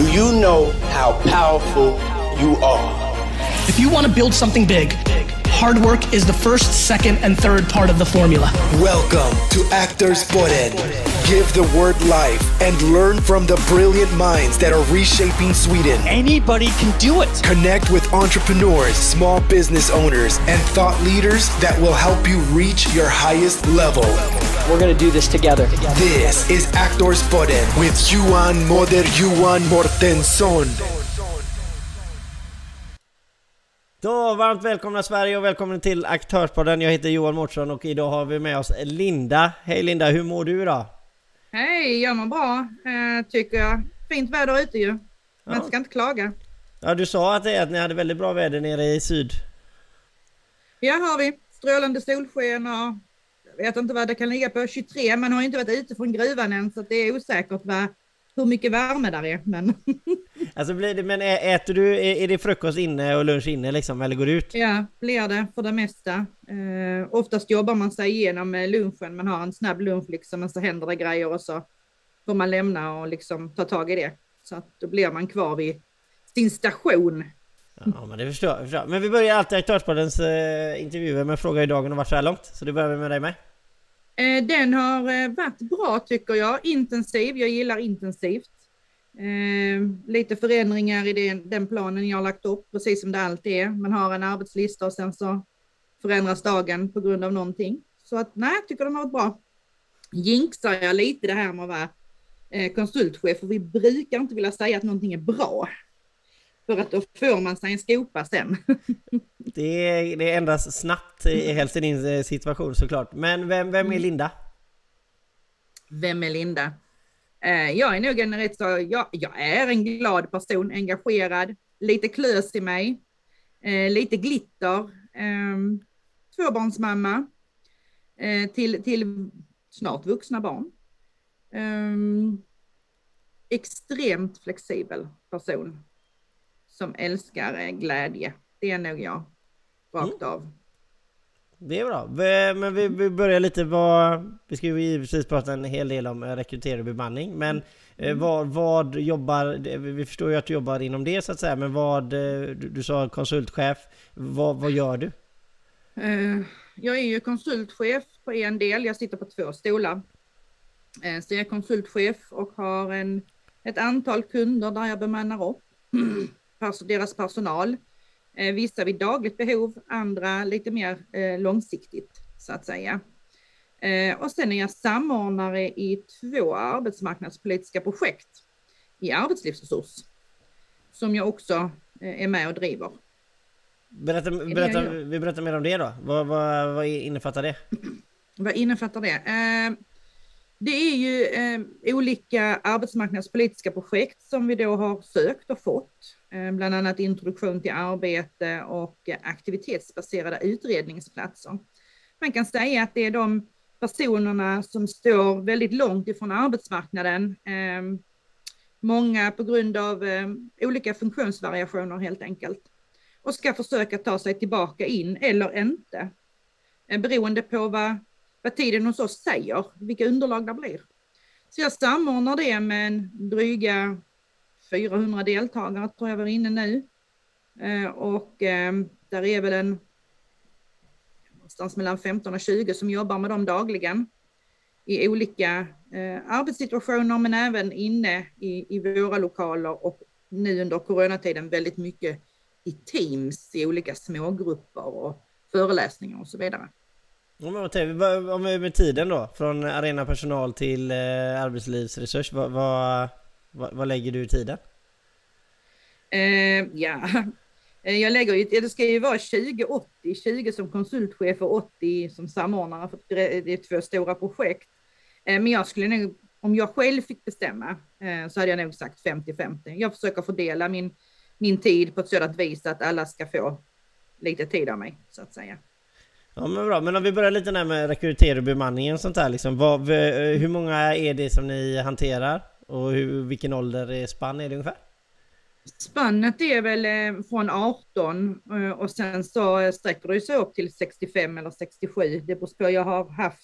Do you know how powerful you are? If you want to build something big, hard work is the first, second, and third part of the formula. Welcome to Aktorspodden. Give the word life and learn from the brilliant minds that are reshaping Sweden. Anybody can do it. Connect with entrepreneurs, small business owners, and thought leaders that will help you reach your highest level. We're going to do this together. This is Aktorspodden with Johan Mortensson. Då, varmt välkomna Sverige och välkommen till Aktörspodden. Jag heter Johan Mårtsson och idag har vi med oss Linda. Hej Linda, hur mår du idag? Hej, jag mår bra, tycker jag. Fint väder ute ju. Man ska inte klaga. Ja, du sa att ni hade väldigt bra väder nere i syd. Ja, har vi. Strålande solsken och jag vet inte vad det kan ligga på, 23. Man har inte varit ute från gruvan än så det är osäkert hur mycket värme där är. Men, alltså äter du, är det frukost inne och lunch inne liksom, eller går du ut? Ja, blir det för det mesta. Oftast jobbar man sig igenom lunchen, man har en snabb lunch liksom, och så händer det grejer och så får man lämna och liksom ta tag i det. Så att då blir man kvar vid sin station. Ja, men det förstår jag. Men vi börjar alltid Aktörspoddens intervjuer med fråga hur dagen har varit så här långt. Så det börjar vi med dig med. Den har varit bra tycker jag. Intensiv, jag gillar intensivt. Lite förändringar i den planen jag har lagt upp, precis som det alltid är. Man har en arbetslista och sen så förändras dagen på grund av någonting. Så att nej, jag tycker de har varit bra. Jinxar jag lite det här med att vara konsultchef, för vi brukar inte vilja säga att någonting är bra. För att då får man sig en skopa sen. Det är endast snabbt helst i din situation såklart. Men vem är Linda? Vem är Linda? Jag är nog en rätt så... Jag är en glad person, engagerad. Lite klös i mig. Lite glitter. Tvåbarnsmamma. Till snart vuxna barn. Extremt flexibel person. Som älskar glädje. Det är nog jag. Rakt av. Det är bra. Men vi börjar lite vi ska ju givetvis prata en hel del om rekrytering och bemanning. Men vad jobbar... Vi förstår ju att du jobbar inom det så att säga. Men du sa konsultchef. Vad gör du? Jag är ju konsultchef på en del. Jag sitter på 2 stolar. Så jag är konsultchef och har ett antal kunder där jag bemannar upp. Deras personal. Vissa vid dagligt behov, andra lite mer långsiktigt så att säga. Och sen är jag samordnare i 2 arbetsmarknadspolitiska projekt i arbetslivsresurs som jag också är med och driver. Vi berättar mer om det då. Vad innefattar det? Vad innefattar det? Det är ju olika arbetsmarknadspolitiska projekt som vi då har sökt och fått. Bland annat introduktion till arbete och aktivitetsbaserade utredningsplatser. Man kan säga att det är de personerna som står väldigt långt ifrån arbetsmarknaden. Många på grund av olika funktionsvariationer helt enkelt. Och ska försöka ta sig tillbaka in eller inte. Beroende på vad tiden hos oss säger, vilka underlag det blir. Så jag samordnar det med en dryga 400 deltagare tror jag var inne nu. Och där är väl någonstans mellan 15 och 20 som jobbar med dem dagligen. I olika arbetssituationer men även inne i våra lokaler och nu under coronatiden väldigt mycket i teams i olika smågrupper och föreläsningar och så vidare. Om vi med tiden då, från arena personal till arbetslivsresurs, vad lägger du i tiden? Jag lägger det ska ju vara 20 som konsultchef och 80 som samordnare för det är 2 stora projekt. Men jag skulle nog, om jag själv fick bestämma så hade jag nog sagt 50-50. Jag försöker fördela min tid på ett sådant vis att alla ska få lite tid av mig så att säga. Ja men bra, men om vi börjar lite med rekrytering och bemanningen och sånt där liksom. Hur många är det som ni hanterar och vilken ålder spann är det ungefär? Spannet är väl från 18 och sen så sträcker det sig upp till 65 eller 67. Det beror på, jag har haft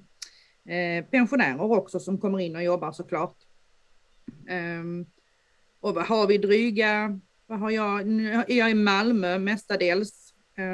pensionärer också som kommer in och jobbar såklart. Och vad har vi dryga? Vad har jag? Nu är jag i Malmö mestadels.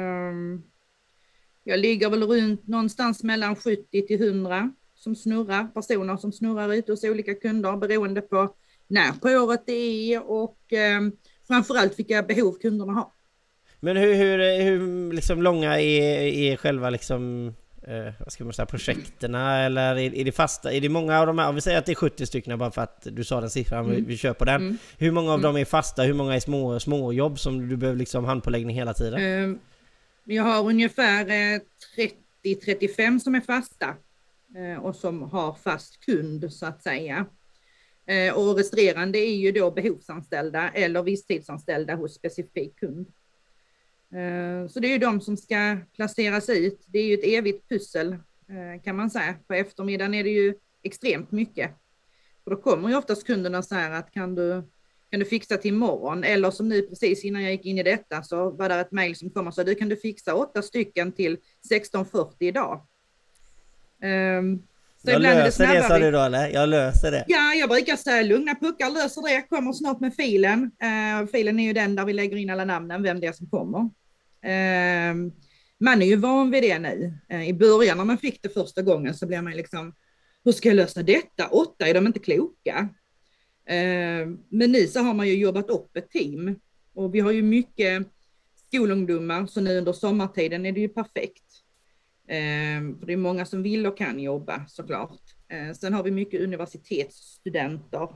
Jag ligger väl runt någonstans mellan 70 till 100 personer som snurrar ut hos olika kunder beroende på när på året det är och framförallt vilka behov kunderna har. Men hur liksom långa är själva liksom vad ska man säga, projekterna, eller är det fasta? Är det många av de här, om vi säger att det är 70 stycken bara för att du sa den siffran, vi kör på den. Hur många av dem är fasta? Hur många är små jobb som du behöver liksom handpåläggning hela tiden? Jag har ungefär 30-35 som är fasta och som har fast kund så att säga. Och resterande är ju då behovsanställda eller visstidsanställda hos specifik kund. Så det är ju de som ska placeras ut. Det är ju ett evigt pussel kan man säga. På eftermiddagen är det ju extremt mycket. Och då kommer ju oftast kunderna så här att kan du fixa till imorgon? Eller som nu precis innan jag gick in i detta så var det ett mejl som kom och sa du kan du fixa 8 stycken till 16:40 idag. Så jag löser det, sa du då, eller? Jag löser det. Ja, jag brukar säga lugna puckar löser det. Kommer snart med filen. Filen är ju den där vi lägger in alla namnen, vem det är som kommer. Man är ju van vid det nu. I början när man fick det första gången så blev man liksom, hur ska jag lösa detta? 8 är de inte kloka. Men nu så har man ju jobbat upp ett team. Och vi har ju mycket skolungdomar, så nu under sommartiden är det ju perfekt. För det är många som vill och kan jobba såklart. Sen har vi mycket universitetsstudenter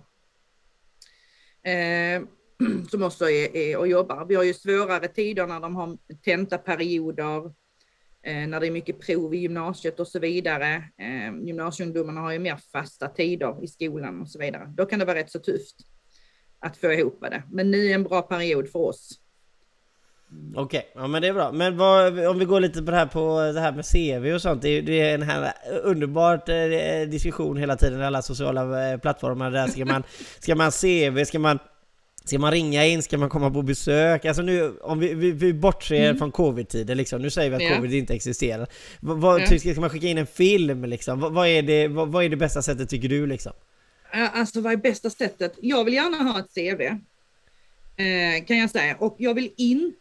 som också är och jobbar. Vi har ju svårare tider när de har tentaperioder, när det är mycket prov i gymnasiet och så vidare. Gymnasieungdomarna har ju mer fasta tider i skolan och så vidare. Då kan det vara rätt så tufft att få ihop det. Men nu är en bra period för oss. Okej, ja men det är bra. Men om vi går lite på det här med CV och sånt, det är en här underbart diskussion hela tiden i alla sociala plattformar. Där ska man CV, ska man ringa in, ska man komma på besök? Alltså nu, om vi bortser från covid-tiden liksom, nu säger vi att covid inte existerar. Ska man skicka in en film liksom? Vad är det bästa sättet tycker du liksom? Alltså vad är bästa sättet? Jag vill gärna ha ett CV. Kan jag säga. Och jag vill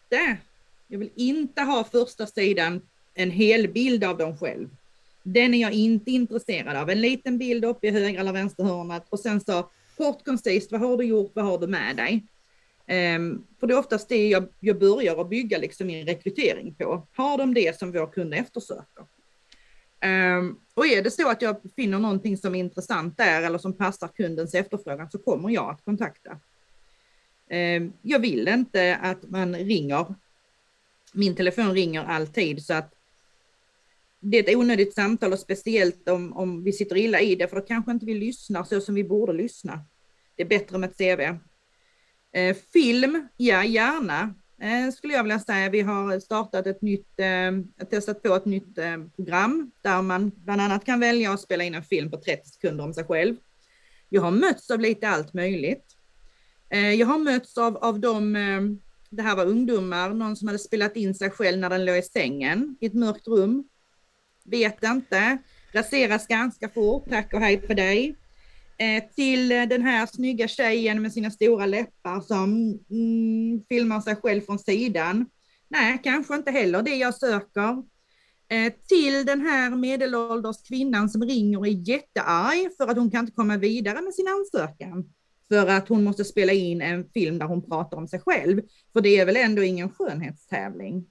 inte ha första sidan en hel bild av dem själv. Den är jag inte intresserad av. En liten bild upp i högra eller vänstra hörnet och sen så kort koncist, vad har du gjort, vad har du med dig? För det är oftast det jag börjar att bygga liksom min rekrytering på. Har de det som vår kund eftersöker? Och är det så att jag finner någonting som är intressant där eller som passar kundens efterfrågan så kommer jag att kontakta. Jag vill inte att man ringer. Min telefon ringer alltid så att det är ett onödigt samtal och speciellt om vi sitter illa i det för då kanske inte vi lyssnar så som vi borde lyssna. Det är bättre med ett CV. Film, ja gärna skulle jag vilja säga. Vi har startat testat på ett nytt program där man bland annat kan välja att spela in en film på 30 sekunder om sig själv. Jag har mötts av lite allt möjligt. Jag har mötts av det här var ungdomar, någon som hade spelat in sig själv när den låg i sängen i ett mörkt rum. Vet inte, raseras ganska fort, tack och hej för dig. Till den här snygga tjejen med sina stora läppar som filmar sig själv från sidan. Nej, kanske inte heller det jag söker. Till den här medelålders kvinnan som ringer och är jättearg för att hon kan inte komma vidare med sin ansökan. För att hon måste spela in en film där hon pratar om sig själv. För det är väl ändå ingen skönhetstävling.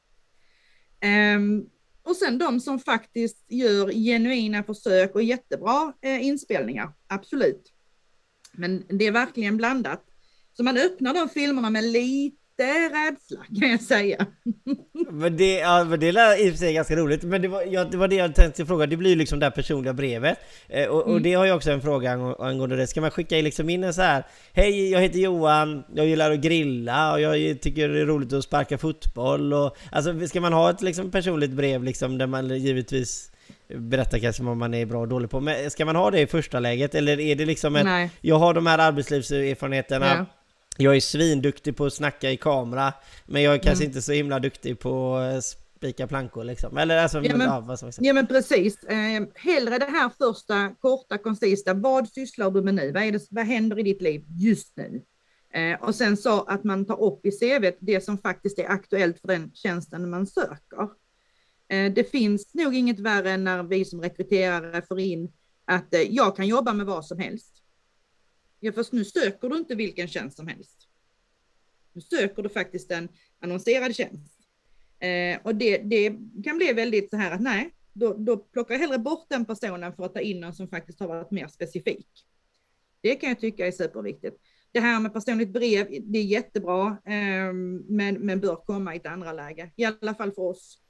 Och sen de som faktiskt gör genuina försök och jättebra inspelningar. Absolut. Men det är verkligen blandat. Så man öppnar de filmerna med lite rädsla kan jag säga. Men det är i och för sig ganska roligt. Men det var det jag tänkte fråga. Det blir ju liksom det här personliga brevet. Och det har jag också en fråga angående det. Ska man skicka liksom in en så här: hej, jag heter Johan, jag gillar att grilla och jag tycker det är roligt att sparka fotboll. Och, alltså ska man ha ett liksom personligt brev liksom, där man givetvis berättar kanske vad man är bra och dålig på. Men ska man ha det i första läget? Eller är det liksom jag har de här arbetslivserfarenheterna. Ja. Jag är svinduktig på att snacka i kamera, men jag är kanske inte så himla duktig på att spika plankor liksom. Eller alltså, ja men precis. Hellre det här första korta, koncisa. Vad sysslar du med nu? Vad händer i ditt liv just nu? Och sen så att man tar upp i CV det som faktiskt är aktuellt för den tjänsten man söker. Det finns nog inget värre än när vi som rekryterare får in att jag kan jobba med vad som helst. Ja, fast nu söker du inte vilken tjänst som helst. Nu söker du faktiskt en annonserad tjänst. Och det kan bli väldigt så här att nej, då plockar jag hellre bort den personen för att ta in någon som faktiskt har varit mer specifik. Det kan jag tycka är superviktigt. Det här med personligt brev, det är jättebra, men bör komma i ett andra läge. I alla fall för oss.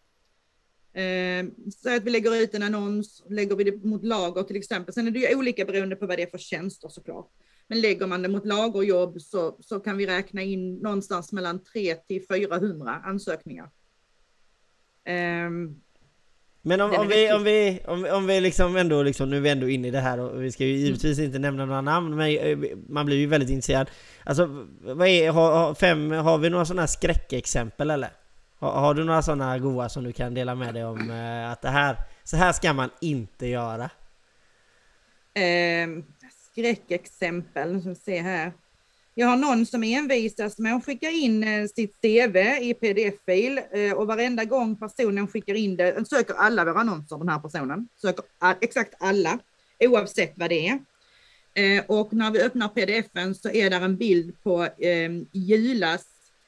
Så att vi lägger ut en annons, lägger vi det mot lager till exempel. Sen är det ju olika beroende på vad det är för tjänster såklart. Men lägger man det mot lagerjobb så kan vi räkna in någonstans mellan 300 till 400 ansökningar. Men om vi liksom ändå liksom, nu är vi ändå inne i det här och vi ska ju givetvis inte nämna några namn, men man blir ju väldigt intresserad. Alltså har vi några sådana här skräckexempel eller? Har du några sådana goa som du kan dela med dig om att så här ska man inte göra? Skräckexempel, som vi ser här. Jag har någon som envisas med att skicka in sitt CV i pdf-fil och varenda gång personen skickar in det, den söker alla våra annonser, den här personen. Söker exakt alla, oavsett vad det är. Och när vi öppnar pdf-en så är där en bild på Julas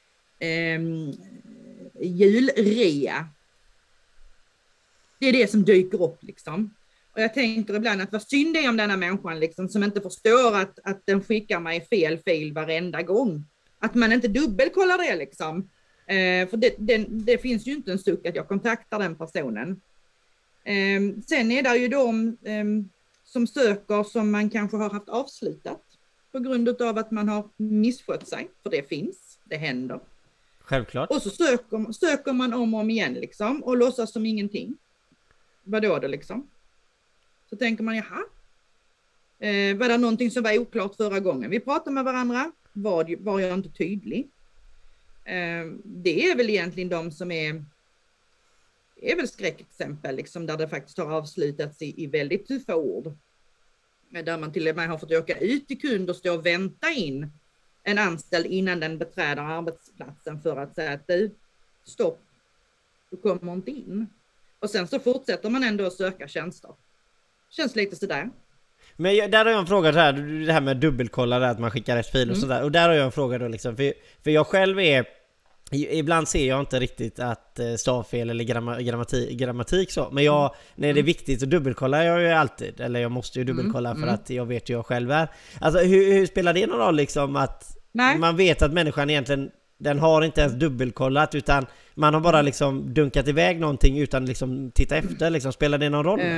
julrea. Det är det som dyker upp liksom. Och jag tänker ibland att vad synd är om denna människan liksom, som inte förstår att den skickar mig fel fil varenda gång. Att man inte dubbelkollar det liksom. För det finns ju inte en suck att jag kontaktar den personen. Sen är det ju de som söker som man kanske har haft avslutat på grund av att man har misskött sig. För det finns, det händer. Självklart. Och så söker man om och om igen liksom, och låtsas som ingenting. Vadå det liksom? Så tänker man, jaha, var det någonting som var oklart förra gången vi pratade med varandra? Var jag inte tydlig? Det är väl egentligen de som är väl skräckexempel liksom, där det faktiskt har avslutats i väldigt tuffa ord. Där man till och med har fått åka ut till kund och stå och vänta in en anställd innan den beträder arbetsplatsen för att säga att du, stopp, du kommer inte in. Och sen så fortsätter man ändå att söka tjänster. Känns lite sådär. Men där har jag en fråga så här, det här med dubbelkolla där, att man skickar rätt fil och sådär. Och där har jag en fråga då liksom, för jag själv ibland ser jag inte riktigt att stavfel eller grammatik så. Men när det är viktigt så dubbelkollar jag ju alltid. Eller jag måste ju dubbelkolla för att jag vet hur jag själv är. Alltså hur spelar det någon roll liksom att man vet att människan egentligen, den har inte ens dubbelkollat utan man har bara liksom dunkat iväg någonting utan liksom titta efter liksom. Spelar det någon roll?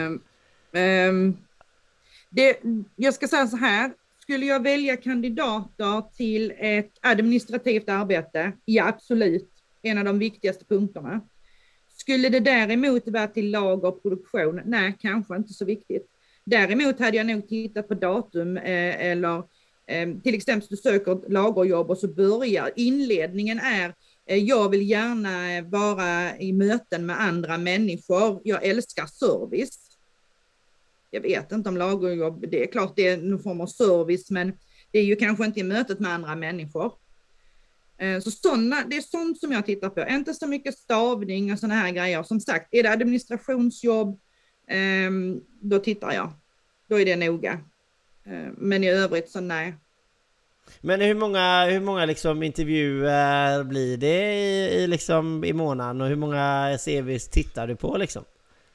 Jag ska säga så här. Skulle jag välja kandidater till ett administrativt arbete? Ja, absolut. En av de viktigaste punkterna. Skulle det däremot vara till lager och produktion? Nej, kanske inte så viktigt. Däremot hade jag nog tittat på datum eller till exempel du söker lagerjobb och så börjar inledningen är jag vill gärna vara i möten med andra människor. Jag älskar service. Jag vet inte om lagerjobb, det är klart det är någon form av service, men det är ju kanske inte i mötet med andra människor. Så det är sånt som jag tittar på. Inte så mycket stavning och såna här grejer. Som sagt, är det administrationsjobb, då tittar jag. Då är det noga. Men i övrigt så nej. Men hur många liksom intervjuer blir det i månaden? Och hur många CVs tittar du på liksom?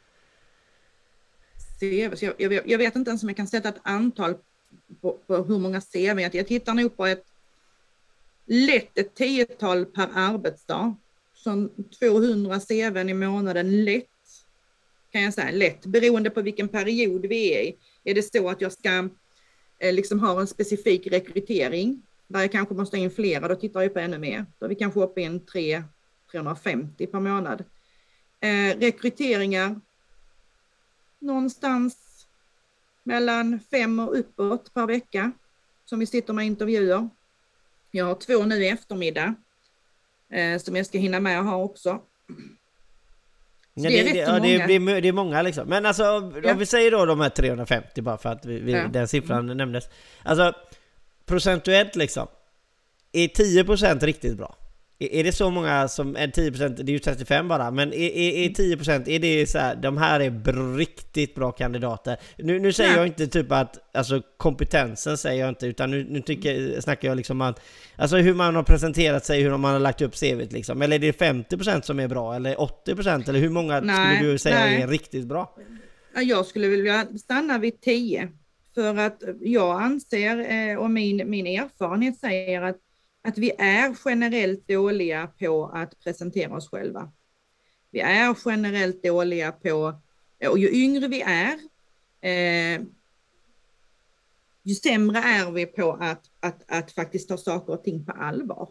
Jag vet inte ens om jag kan sätta ett antal på hur många CV. Jag tittar nog på ett 10-tal per arbetsdag. Som 200 CVn i månaden lätt. Kan jag säga lätt. Beroende på vilken period vi är i. Är det så att jag ska liksom ha en specifik rekrytering. Där jag kanske måste in flera. Då tittar jag på ännu mer. Då är vi kanske uppe i en 350 per månad. Rekryteringar. Någonstans mellan 5 och uppåt per vecka som vi sitter med intervjuer. Jag har 2 nu i eftermiddag som jag ska hinna med att ha också. Ja, det är många liksom. Men alltså om vi säger då de här 350 bara för att den siffran nämndes. Alltså procentuellt liksom. är 10% riktigt bra? Är det så många som är 10%, det är ju 35 bara, men är 10%, är det så här, de här är riktigt bra kandidater? Nu säger jag inte typ att, alltså kompetensen säger jag inte, utan nu snackar jag liksom att, alltså hur man har presenterat sig, hur man har lagt upp CV:t liksom, eller är det 50% som är bra, eller 80%, eller hur många skulle du säga är riktigt bra? Jag skulle vilja stanna vid 10, för att jag anser, och min erfarenhet säger att vi är generellt dåliga på att presentera oss själva. Vi är generellt dåliga på, och ju yngre vi är, ju sämre är vi på att faktiskt ta saker och ting på allvar.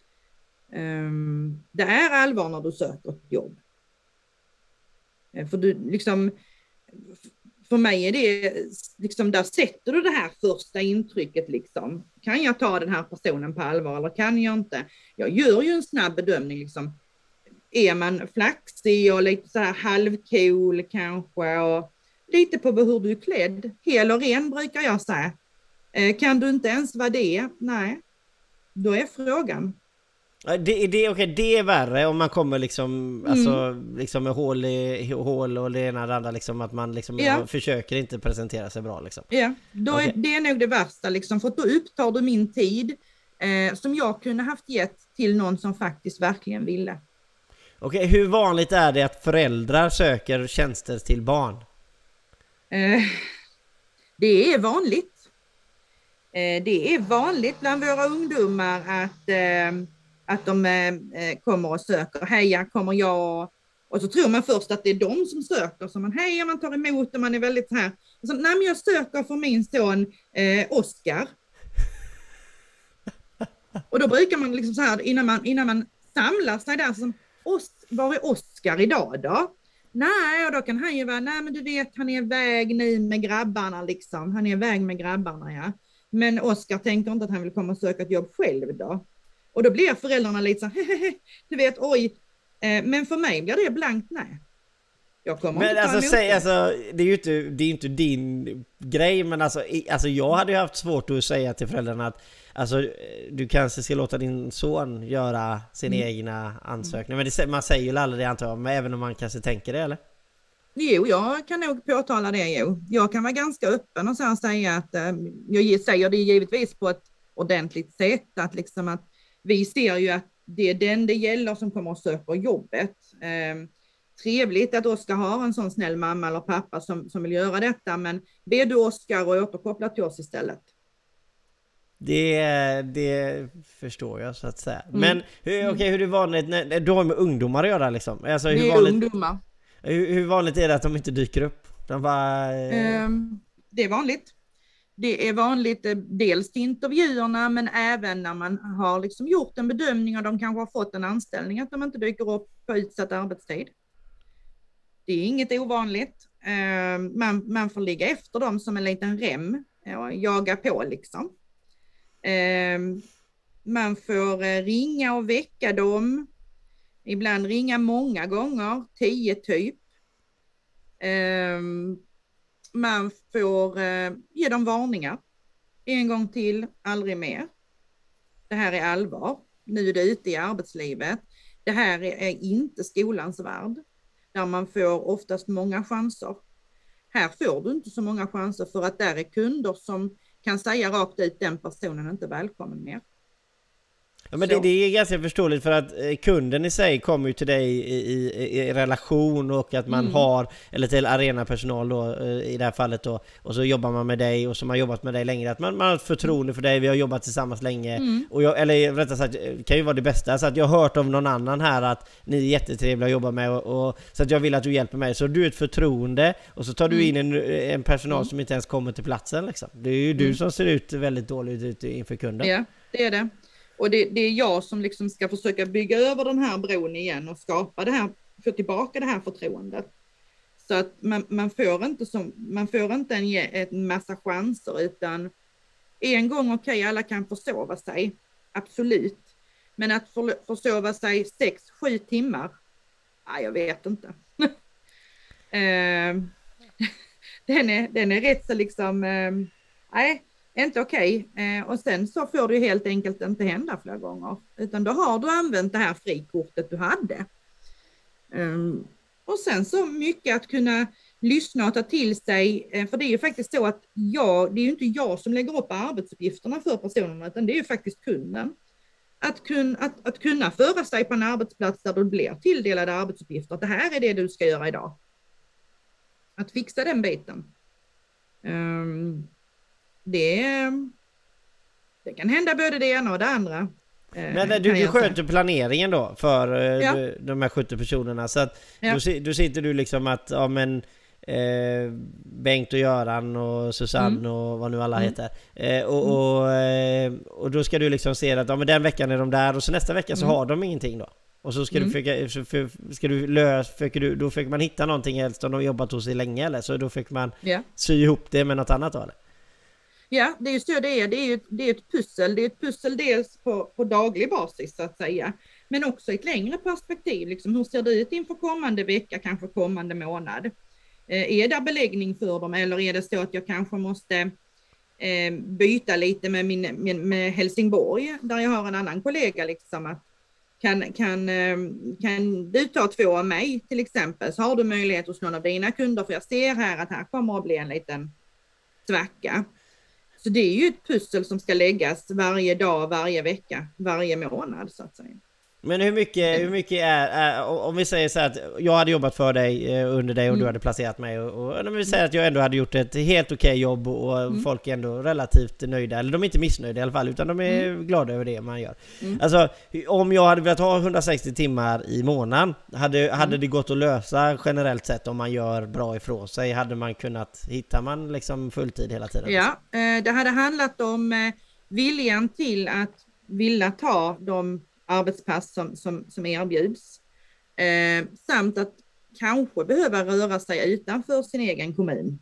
Det är allvar när du söker ett jobb. För du liksom, för mig är det liksom, där sätter du det här första intrycket liksom. Kan jag ta den här personen på allvar eller kan jag inte? Jag gör ju en snabb bedömning liksom. Är man flaxig och lite så här halvcool kanske, och lite på hur du är klädd. Hel och ren brukar jag säga. Kan du inte ens vara det? Nej. Då är frågan. Det är värre om man kommer liksom, alltså, liksom med hål och det ena och det andra liksom, att man liksom försöker inte presentera sig bra liksom. Ja, då är det nog det värsta liksom, för då upptar du min tid som jag kunde haft gett till någon som faktiskt verkligen ville. Okej, hur vanligt är det att föräldrar söker tjänster till barn? Det är vanligt. Det är vanligt bland våra ungdomar att de kommer och söker. Hej, kommer jag? Och så tror man först att det är de som söker. Så man hej, man tar emot och man är väldigt så här. Och så, nej, men jag söker för min son Oscar. Och då brukar man liksom så här, innan man samlar sig där, så, var är Oscar idag då? Nej, och då kan han ju vara, nej men du vet, han är iväg nu med grabbarna liksom. Han är iväg med grabbarna, ja. Men Oscar tänker inte att han vill komma och söka ett jobb själv då. Och då blir föräldrarna lite så här, du vet, oj. Men för mig blir det blankt nej. Jag kommer men inte alltså, det är ju inte din grej, men alltså jag hade ju haft svårt att säga till föräldrarna att alltså, du kanske ska låta din son göra sin egna ansökning. Men man säger ju aldrig det, antar jag, men även om man kanske tänker det, eller? Jo, jag kan nog påtala det, jo. Jag kan vara ganska öppen och så säga att jag säger det givetvis på ett ordentligt sätt, att liksom att vi ser ju att det är den det gäller som kommer att söka jobbet. Trevligt att Oskar har en sån snäll mamma eller pappa som vill göra detta, men be du Oskar och återkoppla till oss istället. Det förstår jag så att säga. Men hur är det vanligt när du har med ungdomar att göra liksom? Alltså, det är ungdomar. Hur vanligt är det att de inte dyker upp? Det är vanligt. Det är vanligt dels till intervjuerna, men även när man har liksom gjort en bedömning och de kanske har fått en anställning, att de inte dyker upp på utsatt arbetstid. Det är inget ovanligt. Man får ligga efter dem som en liten rem och jaga på liksom. Man får ringa och väcka dem. Ibland ringa många gånger, 10 typ. Man får ge dem varningar. En gång till, aldrig mer. Det här är allvar. Nu är det ute i arbetslivet. Det här är inte skolans värld. Där man får oftast många chanser. Här får du inte så många chanser, för att där är kunder som kan säga rakt ut, den personen är inte välkommen mer. Ja, men det är ganska förståeligt, för att kunden i sig kommer ju till dig i relation, och att man har, eller till arenapersonal då, i det här fallet då, och så jobbar man med dig, och så har man jobbat med dig längre, att man har ett förtroende för dig, vi har jobbat tillsammans länge, och eller rättare sagt, kan ju vara det bästa, så att jag har hört av någon annan här att ni är jättetrevliga att jobba med, och så att jag vill att du hjälper mig, så du är ett förtroende, och så tar du in en personal som inte ens kommer till platsen liksom. Det är ju du som ser ut väldigt dåligt ut inför kunden. Ja, det är det. Och det är jag som liksom ska försöka bygga över den här bron igen och skapa det här, få tillbaka det här förtroendet. Så att man får inte en massa chanser, utan en gång okej, alla kan försova sig, absolut. Men att försova sig 6-7 timmar, jag vet inte. Den är rätt så liksom, inte okej. Och sen så får det ju helt enkelt inte hända fler gånger. Utan då har du använt det här frikortet du hade. Och sen så mycket att kunna lyssna och ta till sig. För det är ju faktiskt så att det är ju inte jag som lägger upp arbetsuppgifterna för personerna, utan det är ju faktiskt kunden. Att kunna föra sig på en arbetsplats där du blir tilldelade arbetsuppgifter. Att det här är det du ska göra idag. Att fixa den biten. Det kan hända både det ena och det andra. Men du sköter planeringen då för de här 70 personerna. Så att då sitter du liksom att Bengt och Göran och Susanne och vad nu alla heter. Och då ska du liksom se att men den veckan är de där och så nästa vecka så har de ingenting då. Och så ska du då fick man hitta någonting helst om de har jobbat hos sig länge eller så då fick man sy ihop det med något annat då eller? Ja, det är ju så det är. Det är ett pussel. Det är ett pussel dels på daglig basis så att säga. Men också ett längre perspektiv. Liksom, hur ser det ut inför kommande vecka, kanske kommande månad? Är det beläggning för dem eller är det så att jag kanske måste byta lite med Helsingborg där jag har en annan kollega liksom att kan du ta 2 av mig till exempel så har du möjlighet hos någon av dina kunder för jag ser här att här kommer att bli en liten svacka. Så det är ju ett pussel som ska läggas varje dag, varje vecka, varje månad så att säga. Men hur mycket är om vi säger så här att jag hade jobbat för dig under dig och du hade placerat mig och om vi säger att jag ändå hade gjort ett helt okej jobb och folk är ändå relativt nöjda, eller de är inte missnöjda i alla fall utan de är glada över det man gör. Alltså om jag hade velat ha 160 timmar i månaden hade det gått att lösa generellt sett om man gör bra ifrån sig, hade man kunnat, hittar man liksom fulltid hela tiden? Ja, det hade handlat om viljan till att vilja ta de arbetspass som erbjuds samt att kanske behöva röra sig utanför sin egen kommun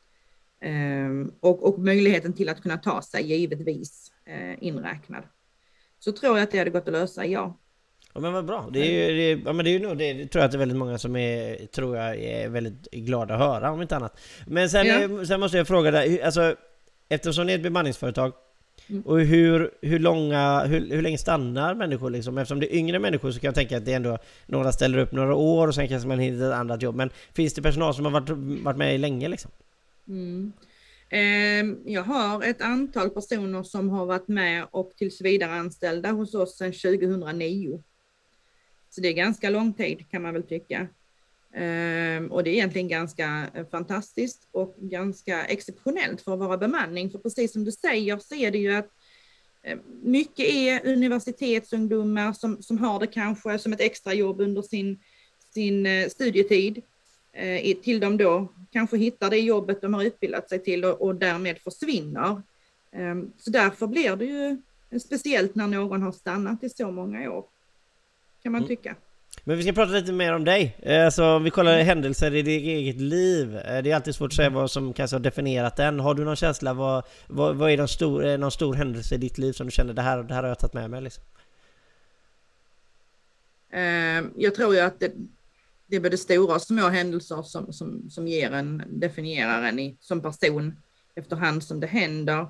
och möjligheten till att kunna ta sig givetvis inräknad. Så tror jag att det hade gått att lösa, ja. Ja men vad bra, det är ju nog det tror jag att det är väldigt många som är väldigt glada att höra om inte annat. Men sen måste jag fråga dig, alltså eftersom det är ett bemanningsföretag och hur länge stannar människor liksom? Eftersom det är yngre människor så kan jag tänka att det är ändå några ställer upp några år och sen kanske man hinner ett annat jobb. Men finns det personal som har varit med länge liksom? Jag har ett antal personer som har varit med och tills vidare anställda hos oss sedan 2009. Så det är ganska lång tid kan man väl tycka. Och det är egentligen ganska fantastiskt och ganska exceptionellt för att vara bemanning. För precis som du säger så är det ju att mycket är universitetsungdomar som har det kanske som ett extra jobb under sin studietid. Till de då kanske hittar det jobbet de har utbildat sig till och därmed försvinner. Så därför blir det ju speciellt när någon har stannat i så många år, kan man tycka. Men vi ska prata lite mer om dig. Alltså, vi kollar händelser i ditt eget liv. Det är alltid svårt att säga vad som kanske har definierat den. Har du någon känsla, vad är någon stor händelse i ditt liv som du känner det här har jag tagit med mig liksom? Jag tror ju att det är både stora och små händelser som definierar en som person efterhand som det händer.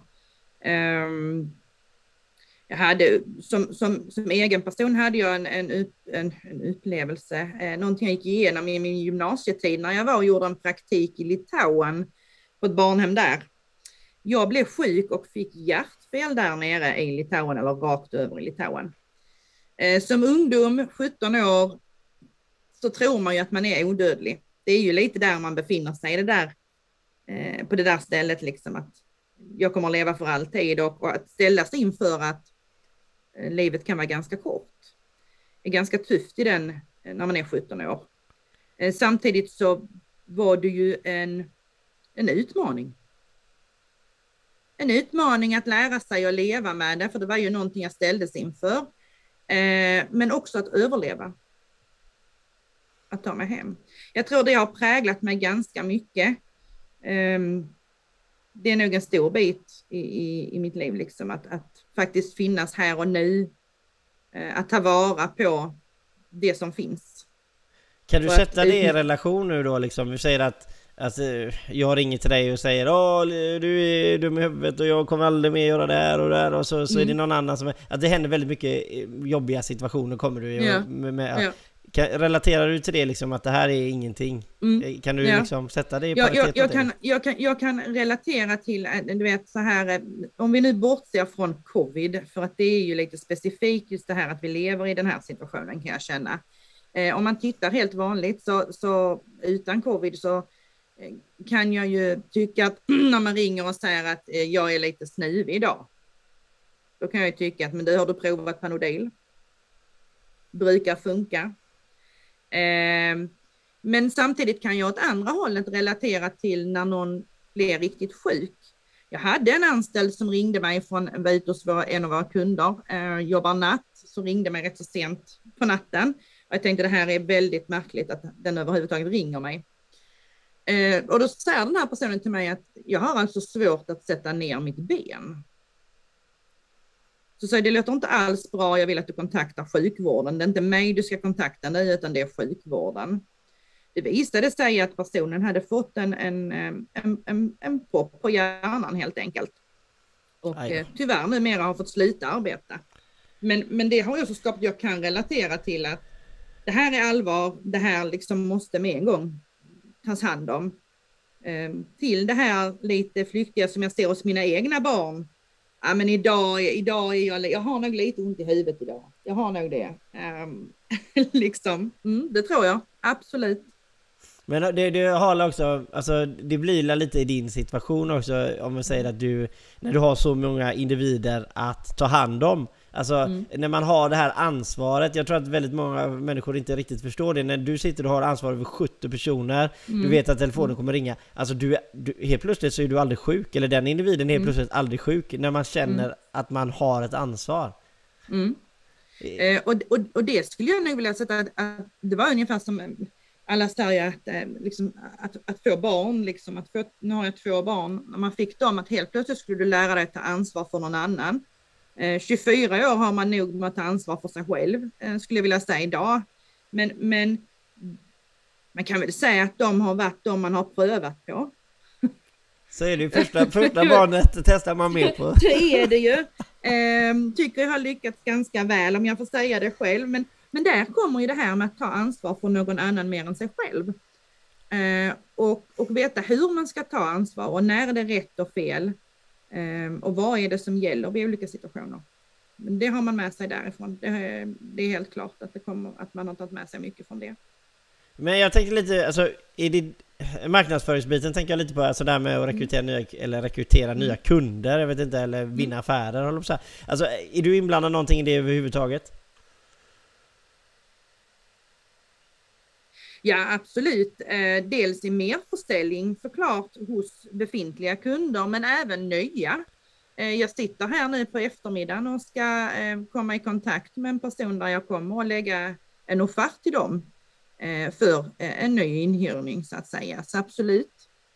Jag hade som egen person hade jag en upplevelse, någonting jag gick igenom i min gymnasietid när jag var och gjorde en praktik i Litauen på ett barnhem där. Jag blev sjuk och fick hjärtfel där nere i Litauen eller rakt över i Litauen. Som ungdom, 17 år, så tror man ju att man är odödlig. Det är ju lite där man befinner sig, på det där stället liksom att jag kommer att leva för alltid och att ställa sig inför att livet kan vara ganska kort. Det är ganska tufft när man är 17 år. Samtidigt så var det ju en utmaning. En utmaning att lära sig att leva med det, för det var ju någonting jag ställdes inför. Men också att överleva. Att ta mig hem. Jag tror det har präglat mig ganska mycket. Det är nog en stor bit i mitt liv liksom, att faktiskt finnas här och nu, att ta vara på det som finns. Kan du sätta det i relation nu då liksom? Vi säger alltså, jag ringer till dig och säger du är dum i huvudet och jag kommer aldrig mer göra det här och där, och så är det någon annan som att det händer väldigt mycket jobbiga situationer kommer du relaterar du till det liksom, att det här är ingenting? Kan du liksom sätta det i paritet? Jag kan relatera till, du vet så här, om vi nu bortser från covid, för att det är ju lite specifikt just det här att vi lever i den här situationen, kan jag känna. Om man tittar helt vanligt så utan covid så kan jag ju tycka att när man ringer och säger att jag är lite snuvig idag, då kan jag ju tycka att men du har du provat Panodil? Brukar funka. Men samtidigt kan jag åt andra hållet relatera till när någon blir riktigt sjuk. Jag hade en anställd som ringde mig från en av våra kunder, jobbar natt, så ringde mig rätt så sent på natten. Och jag tänkte det här är väldigt märkligt att den överhuvudtaget ringer mig. Och då säger den här personen till mig att jag har alltså svårt att sätta ner mitt ben. Så säger det låter inte alls bra, jag vill att du kontaktar sjukvården. Det är inte mig du ska kontakta nu, utan det är sjukvården. Det visade sig att personen hade fått en propp på hjärnan helt enkelt. Och tyvärr numera har fått sluta arbeta. Men det har ju också skapat, jag kan relatera till att det här är allvar, det här liksom måste med en gång tas hand om. Till det här lite flyktiga som jag ser hos mina egna barn. Ja, men idag är jag har nog lite ont i huvudet idag. Jag har nog det. Liksom, det tror jag. Absolut. Men det har också, alltså det blir lite i din situation också, om man säger att när du har så många individer att ta hand om. Alltså när man har det här ansvaret, jag tror att väldigt många människor inte riktigt förstår det. När du sitter och har ansvar över 70 personer, du vet att telefonen kommer ringa. Alltså du helt plötsligt så är du aldrig sjuk, eller den individen är helt plötsligt aldrig sjuk, när man känner att man har ett ansvar. Och det skulle jag nog vilja säga att det var ungefär som alla säger att få barn, liksom, nu har jag 2 barn, när man fick dem att helt plötsligt skulle du lära dig att ta ansvar för någon annan. 24 år har man nog med att ta ansvar för sig själv, skulle jag vilja säga idag. Men man kan väl säga att de har varit de man har prövat på. Så är det ju första barnet testar man mer på. Det är det ju. Tycker jag har lyckats ganska väl, om jag får säga det själv. Men där kommer ju det här med att ta ansvar för någon annan mer än sig själv. Och veta hur man ska ta ansvar och när är det rätt och fel. Och vad är det som gäller vid olika situationer. Men det har man med sig därifrån. Det är helt klart att man har tagit med sig mycket från det. Men jag tänker lite, alltså i din marknadsföringsbiten tänker jag lite på, alltså där med att rekrytera nya kunder, jag vet inte, eller vinna affärer eller så. Alltså är du inblandad någonting i det överhuvudtaget? Ja, absolut. Dels i merförsäljning såklart hos befintliga kunder, men även nya. Jag sitter här nu på eftermiddagen och ska komma i kontakt med en person där jag kommer att lägga en offert till dem för en ny inhyrning så att säga. Så absolut.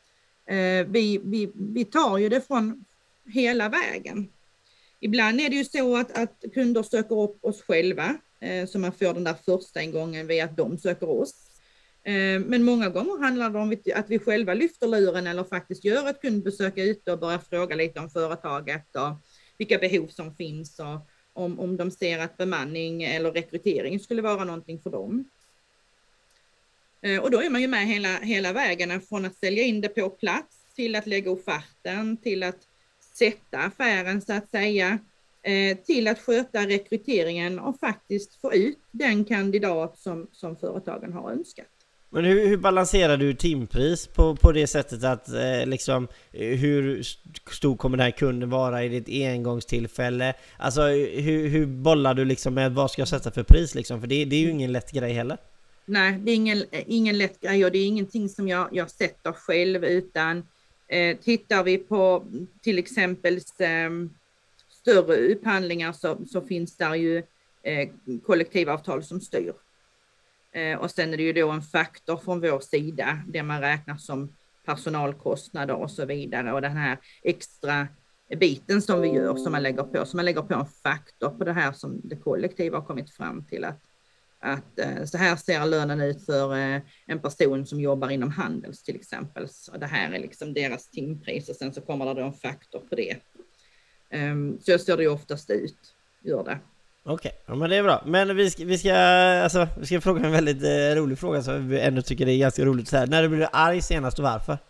Vi tar ju det från hela vägen. Ibland är det ju så att kunder söker upp oss själva, så man får den där första ingången via att de söker oss. Men många gånger handlar det om att vi själva lyfter luren eller faktiskt gör ett kundbesök ute och börjar fråga lite om företaget och vilka behov som finns och om de ser att bemanning eller rekrytering skulle vara någonting för dem. Och då är man ju med hela vägen från att sälja in det på plats till att lägga offerten, till att sätta affären så att säga, till att sköta rekryteringen och faktiskt få ut den kandidat som företagen har önskat. Men hur balanserar du timpris på det sättet att liksom, hur stor kommer den här kunden vara i ditt engångstillfälle? Alltså hur bollar du liksom med vad ska jag sätta för pris liksom? För det är ju ingen lätt grej heller. Nej, det är ingen lätt grej och det är ingenting som jag sätter själv, utan tittar vi på till exempel större upphandlingar så finns där ju kollektivavtal som styr. Och sen är det ju då en faktor från vår sida där man räknar som personalkostnader och så vidare, och den här extra biten som vi gör som man lägger på en faktor på det här som det kollektiva har kommit fram till att så här ser lönen ut för en person som jobbar inom Handels till exempel. Så det här är liksom deras timpris och sen så kommer det då en faktor på det. Så ser det ju oftast ut, gör det. Okej, ja, men det är bra. Men vi ska fråga en väldigt rolig fråga som vi ändå tycker det är ganska roligt. Så här. När du blev arg senast och varför?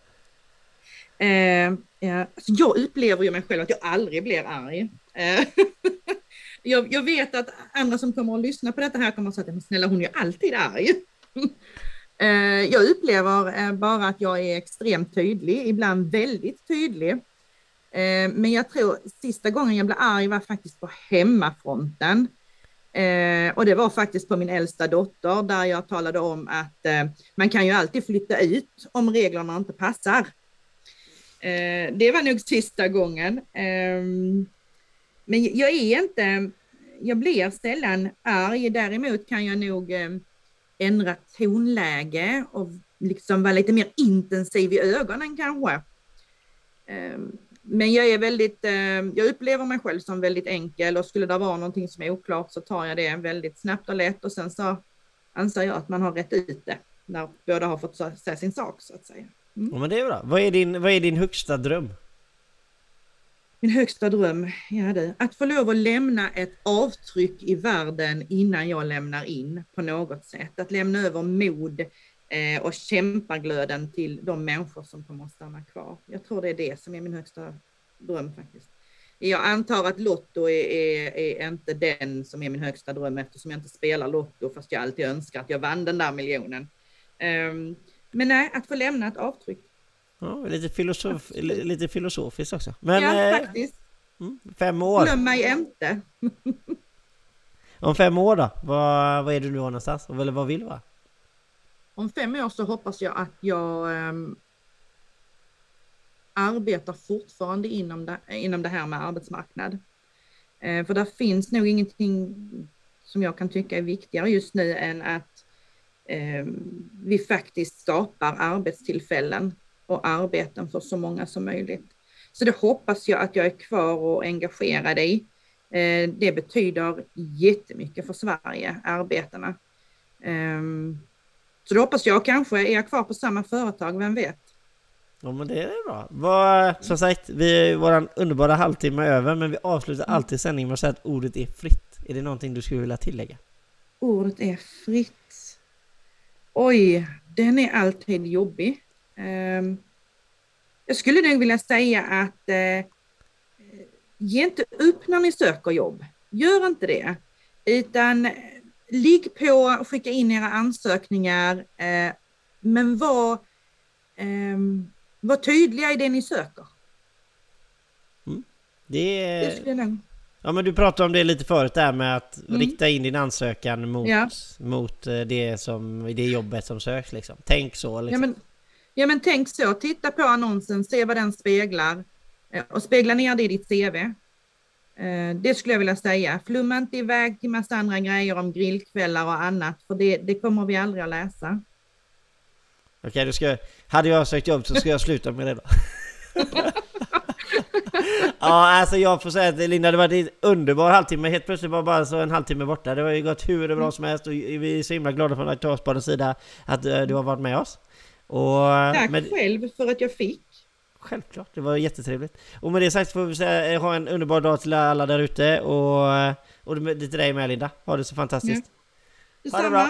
Alltså jag upplever ju mig själv att jag aldrig blir arg. Jag vet att andra som kommer att lyssna på detta här kommer att säga att snälla, hon är ju alltid arg. Jag upplever bara att jag är extremt tydlig, ibland väldigt tydlig. Men jag tror sista gången jag blev arg var faktiskt på hemmafronten. Och det var faktiskt på min äldsta dotter där jag talade om att man kan ju alltid flytta ut om reglerna inte passar. Det var nog sista gången. Men jag blir sällan arg. Däremot kan jag nog ändra tonläge och liksom vara lite mer intensiv i ögonen kanske. Men jag upplever mig själv som väldigt enkel, och skulle det vara någonting som är oklart så tar jag det väldigt snabbt och lätt, och sen så anser jag att man har rätt ut det när båda har fått säga sin sak så att säga. Ja, men det är bra. Vad är din högsta dröm? Min högsta dröm är det att få lov att lämna ett avtryck i världen innan jag lämnar in på något sätt. Att lämna över mod och kämpaglöden till de människor som kommer att stanna kvar. Jag tror det är det som är min högsta dröm faktiskt. Jag antar att Lotto är inte den som är min högsta dröm, eftersom jag inte spelar Lotto, fast jag alltid önskar att jag vann den där miljonen. Men nej, att få lämna ett avtryck. Ja, lite filosofiskt också. Men, ja, faktiskt. 5 år. Glöm mig inte. Om 5 år då? Vad är du nu någonstans? Eller vad vill du vara? Om 5 år så hoppas jag att jag arbetar fortfarande inom det här med arbetsmarknad. För där finns nog ingenting som jag kan tycka är viktigare just nu än att vi faktiskt skapar arbetstillfällen och arbeten för så många som möjligt. Så det hoppas jag att jag är kvar och engagerad i. Det betyder jättemycket för Sverige, arbetena. Så det hoppas jag. Kanske är jag kvar på samma företag, vem vet? Ja, men det är bra. Som sagt, våran underbara halvtimme är över, men vi avslutar alltid sändningen med att säga att ordet är fritt. Är det någonting du skulle vilja tillägga? Ordet är fritt. Oj, den är alltid jobbig. Jag skulle nog vilja säga att ge inte upp när ni söker jobb. Gör inte det. Utan ligg på och skicka in era ansökningar. Men var tydliga i det ni söker. Det skulle jag nog. Ja, men du pratade om det lite förut där med att rikta in din ansökan mot det jobbet som söks liksom. Tänk så liksom. Ja men tänk så. Titta på annonsen, se vad den speglar och spegla ner det i ditt CV. Det skulle jag vilja säga. Flumma inte iväg till massa andra grejer om grillkvällar och annat, för det kommer vi aldrig att läsa. Okej, hade jag sökt jobb så ska jag sluta med det då. Ja, alltså jag får säga att Linda, det var en underbar halvtimme. Helt plötsligt var bara så en halvtimme borta. Det var ju gått hur bra som helst, och vi är så himla glada från Aktörspoddens sida att du har varit med oss. Tack själv för att jag fick. Självklart, det var jättetrevligt. Och med det sagt får vi säga, ha en underbar dag till alla där ute, och till dig med, Linda. Ha det så fantastiskt. Ja. Ha det bra.